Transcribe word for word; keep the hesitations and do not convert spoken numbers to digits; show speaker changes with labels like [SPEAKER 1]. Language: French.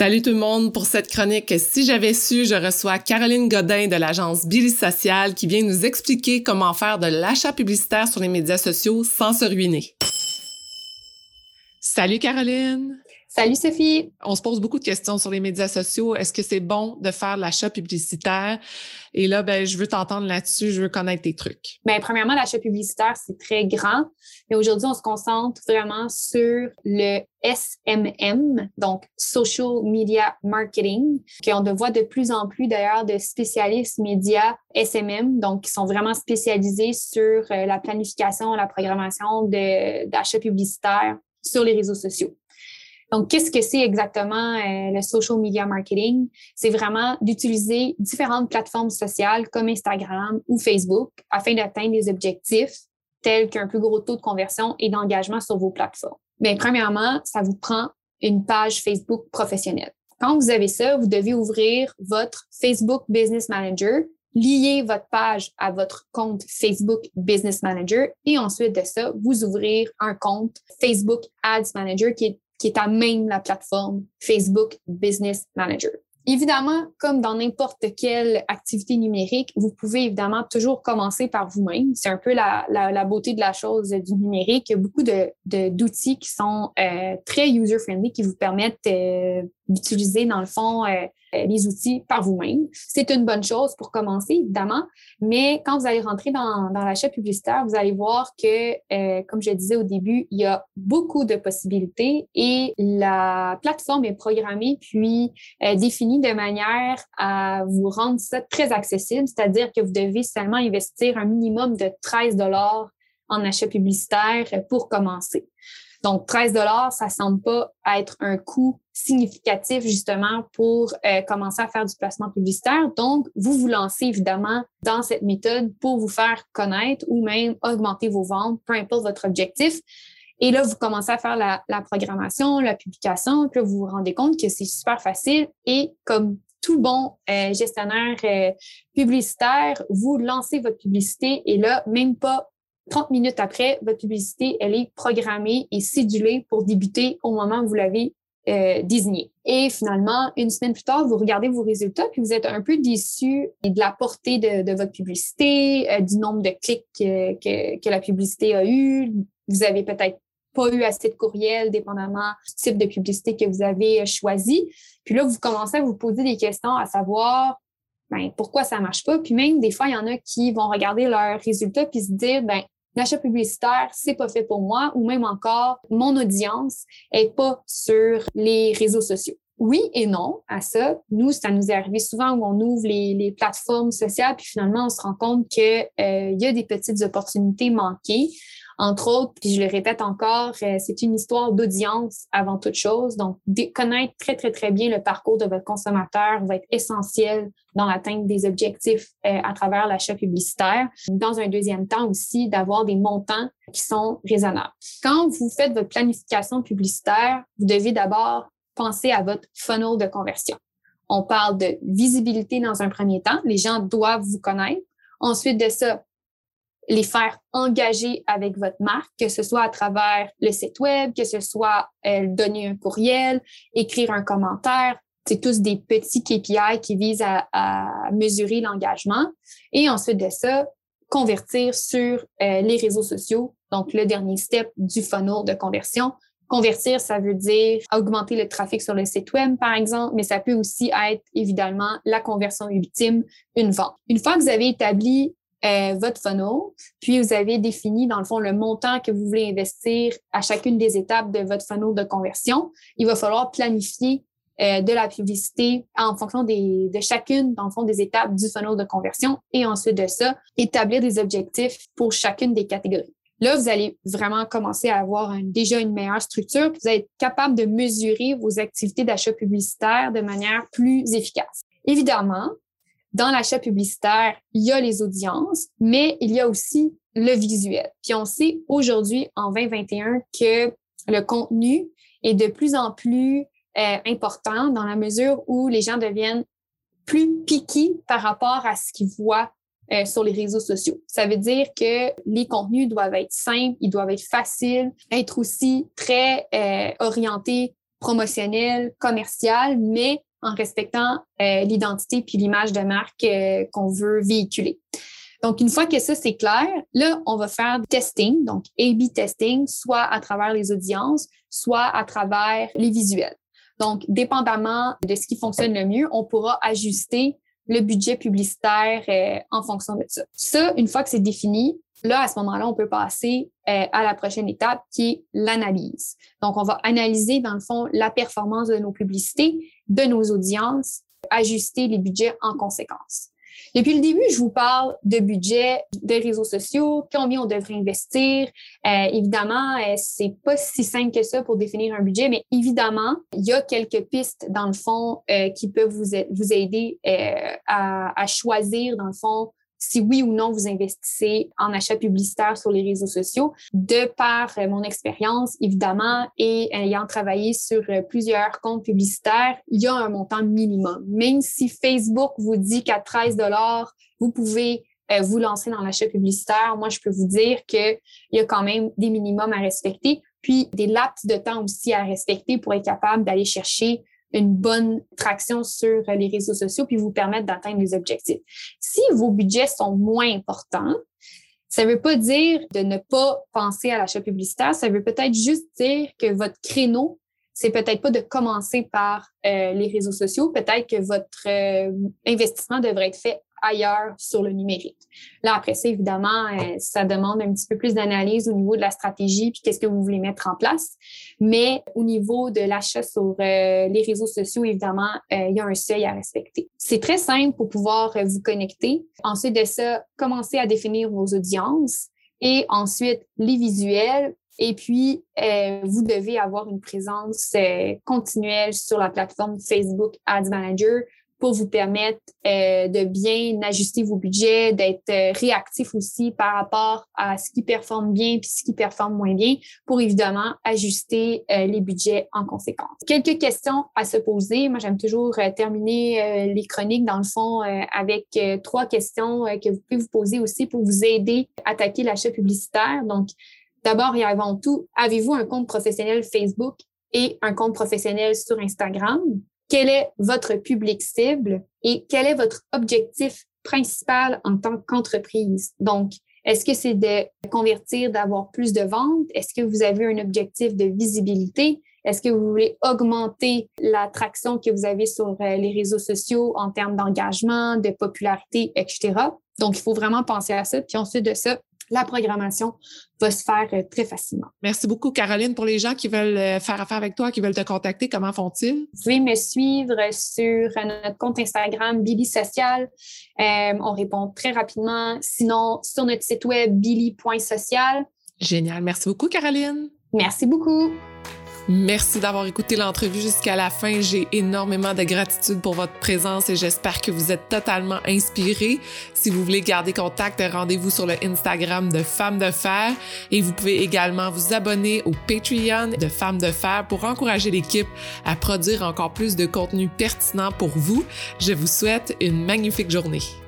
[SPEAKER 1] Salut tout le monde pour cette chronique. Si j'avais su, je reçois Caroline Godin de l'agence Billy Social qui vient nous expliquer comment faire de l'achat publicitaire sur les médias sociaux sans se ruiner. Salut Caroline!
[SPEAKER 2] Salut Sophie!
[SPEAKER 1] On se pose beaucoup de questions sur les médias sociaux. Est-ce que c'est bon de faire de l'achat publicitaire? Et là, ben, je veux t'entendre là-dessus, je veux connaître tes trucs.
[SPEAKER 2] Bien, premièrement, l'achat publicitaire, c'est très grand. Mais aujourd'hui, on se concentre vraiment sur le S M M, donc Social Media Marketing, qu'on voit de plus en plus d'ailleurs de spécialistes médias S M M, donc qui sont vraiment spécialisés sur la planification, la programmation de, d'achat publicitaire sur les réseaux sociaux. Donc, qu'est-ce que c'est exactement euh, le social media marketing? C'est vraiment d'utiliser différentes plateformes sociales comme Instagram ou Facebook afin d'atteindre des objectifs tels qu'un plus gros taux de conversion et d'engagement sur vos plateformes. Mais premièrement, ça vous prend une page Facebook professionnelle. Quand vous avez ça, vous devez ouvrir votre Facebook Business Manager, lier votre page à votre compte Facebook Business Manager et ensuite de ça, vous ouvrir un compte Facebook Ads Manager qui est qui est à même la plateforme Facebook Business Manager. Évidemment, comme dans n'importe quelle activité numérique, vous pouvez évidemment toujours commencer par vous-même. C'est un peu la, la, la beauté de la chose du numérique. Il y a beaucoup de, de, d'outils qui sont euh, très user-friendly, qui vous permettent euh, d'utiliser, dans le fond, euh, les outils par vous-même. C'est une bonne chose pour commencer, évidemment, mais quand vous allez rentrer dans, dans l'achat publicitaire, vous allez voir que, euh, comme je disais au début, il y a beaucoup de possibilités et la plateforme est programmée puis euh, définie de manière à vous rendre ça très accessible, c'est-à-dire que vous devez seulement investir un minimum de treize dollars en achat publicitaire pour commencer. Donc, treize dollars, ça semble pas être un coût significatif justement pour euh, commencer à faire du placement publicitaire. Donc, vous vous lancez évidemment dans cette méthode pour vous faire connaître ou même augmenter vos ventes, peu importe votre objectif. Et là, vous commencez à faire la, la programmation, la publication, puis là, vous vous rendez compte que c'est super facile et comme tout bon euh, gestionnaire euh, publicitaire, vous lancez votre publicité et là, même pas trente minutes après, votre publicité, elle est programmée et cédulée pour débuter au moment où vous l'avez euh, désignée. Et finalement, une semaine plus tard, vous regardez vos résultats puis vous êtes un peu déçu de la portée de, de votre publicité, euh, du nombre de clics que, que, que la publicité a eu. Vous avez peut-être pas eu assez de courriels, dépendamment du type de publicité que vous avez choisi. Puis là, vous commencez à vous poser des questions à savoir ben, pourquoi ça marche pas. Puis même, des fois, il y en a qui vont regarder leurs résultats puis se dire, ben, l'achat publicitaire, c'est pas fait pour moi, ou même encore, mon audience est pas sur les réseaux sociaux. Oui et non à ça. Nous, ça nous est arrivé souvent où on ouvre les, les plateformes sociales puis finalement, on se rend compte que euh, il y a des petites opportunités manquées. Entre autres, puis je le répète encore, euh, c'est une histoire d'audience avant toute chose. Donc, dé- connaître très, très, très bien le parcours de votre consommateur va être essentiel dans l'atteinte des objectifs euh, à travers l'achat publicitaire. Dans un deuxième temps aussi, d'avoir des montants qui sont raisonnables. Quand vous faites votre planification publicitaire, vous devez d'abord penser à votre funnel de conversion. On parle de visibilité dans un premier temps. Les gens doivent vous connaître. Ensuite de ça, les faire engager avec votre marque, que ce soit à travers le site web, que ce soit euh, donner un courriel, écrire un commentaire. C'est tous des petits K P I qui visent à, à mesurer l'engagement. Et ensuite de ça, convertir sur euh, les réseaux sociaux. Donc, le dernier step du funnel de conversion. Convertir, ça veut dire augmenter le trafic sur le site web, par exemple, mais ça peut aussi être, évidemment, la conversion ultime, une vente. Une fois que vous avez établi Euh, votre funnel, puis vous avez défini, dans le fond, le montant que vous voulez investir à chacune des étapes de votre funnel de conversion. Il va falloir planifier euh, de la publicité en fonction des, de chacune, dans le fond, des étapes du funnel de conversion et ensuite de ça, établir des objectifs pour chacune des catégories. Là, vous allez vraiment commencer à avoir un, déjà une meilleure structure, puis vous allez être capable de mesurer vos activités d'achat publicitaire de manière plus efficace. Évidemment, dans l'achat publicitaire, il y a les audiences, mais il y a aussi le visuel. Puis on sait aujourd'hui, en vingt vingt et un, que le contenu est de plus en plus euh, important dans la mesure où les gens deviennent plus piqués par rapport à ce qu'ils voient euh, sur les réseaux sociaux. Ça veut dire que les contenus doivent être simples, ils doivent être faciles, être aussi très euh, orientés promotionnel, commercial, mais en respectant euh, l'identité puis l'image de marque euh, qu'on veut véhiculer. Donc, une fois que ça, c'est clair, là, on va faire du testing, donc A B testing, soit à travers les audiences, soit à travers les visuels. Donc, dépendamment de ce qui fonctionne le mieux, on pourra ajuster le budget publicitaire euh, en fonction de ça. Ça, une fois que c'est défini, là, à ce moment-là, on peut passer euh, à la prochaine étape qui est l'analyse. Donc, on va analyser, dans le fond, la performance de nos publicités, de nos audiences, ajuster les budgets en conséquence. Depuis le début, je vous parle de budget, de réseaux sociaux, combien on devrait investir. Euh, évidemment, euh, c'est pas si simple que ça pour définir un budget, mais évidemment, il y a quelques pistes, dans le fond, euh, qui peuvent vous, vous aider euh, à, à choisir, dans le fond, si oui ou non vous investissez en achat publicitaire sur les réseaux sociaux. De par euh, mon expérience, évidemment, et ayant travaillé sur euh, plusieurs comptes publicitaires, il y a un montant minimum. Même si Facebook vous dit qu'à treize dollars, vous pouvez euh, vous lancer dans l'achat publicitaire, moi, je peux vous dire qu'il y a quand même des minimums à respecter, puis des laps de temps aussi à respecter pour être capable d'aller chercher une bonne traction sur les réseaux sociaux puis vous permettre d'atteindre les objectifs. Si vos budgets sont moins importants, ça ne veut pas dire de ne pas penser à l'achat publicitaire, ça veut peut-être juste dire que votre créneau, c'est peut-être pas de commencer par euh, les réseaux sociaux, peut-être que votre euh, investissement devrait être fait ailleurs sur le numérique. Là, après ça, évidemment, euh, ça demande un petit peu plus d'analyse au niveau de la stratégie puis qu'est-ce que vous voulez mettre en place. Mais au niveau de l'achat sur euh, les réseaux sociaux, évidemment, euh, il y a un seuil à respecter. C'est très simple pour pouvoir euh, vous connecter. Ensuite de ça, commencez à définir vos audiences et ensuite les visuels. Et puis, euh, vous devez avoir une présence euh, continuelle sur la plateforme Facebook Ads Manager pour vous permettre euh, de bien ajuster vos budgets, d'être euh, réactif aussi par rapport à ce qui performe bien puis ce qui performe moins bien pour évidemment ajuster euh, les budgets en conséquence. Quelques questions à se poser. Moi, j'aime toujours euh, terminer euh, les chroniques dans le fond euh, avec euh, trois questions euh, que vous pouvez vous poser aussi pour vous aider à attaquer l'achat publicitaire. Donc, d'abord et avant tout, avez-vous un compte professionnel Facebook et un compte professionnel sur Instagram? Quel est votre public cible et quel est votre objectif principal en tant qu'entreprise? Donc, est-ce que c'est de convertir, d'avoir plus de ventes? Est-ce que vous avez un objectif de visibilité? Est-ce que vous voulez augmenter l'attraction que vous avez sur les réseaux sociaux en termes d'engagement, de popularité, et cetera? Donc, il faut vraiment penser à ça. Puis ensuite de ça, la programmation va se faire très facilement.
[SPEAKER 1] Merci beaucoup, Caroline. Pour les gens qui veulent faire affaire avec toi, qui veulent te contacter, comment font-ils?
[SPEAKER 2] Vous pouvez me suivre sur notre compte Instagram Billy Social. Euh, on répond très rapidement. Sinon, sur notre site web billy point social.
[SPEAKER 1] Génial. Merci beaucoup, Caroline.
[SPEAKER 2] Merci beaucoup.
[SPEAKER 1] Merci d'avoir écouté l'entrevue jusqu'à la fin. J'ai énormément de gratitude pour votre présence et j'espère que vous êtes totalement inspirés. Si vous voulez garder contact, rendez-vous sur le Instagram de Femmes de Fer et vous pouvez également vous abonner au Patreon de Femmes de Fer pour encourager l'équipe à produire encore plus de contenu pertinent pour vous. Je vous souhaite une magnifique journée.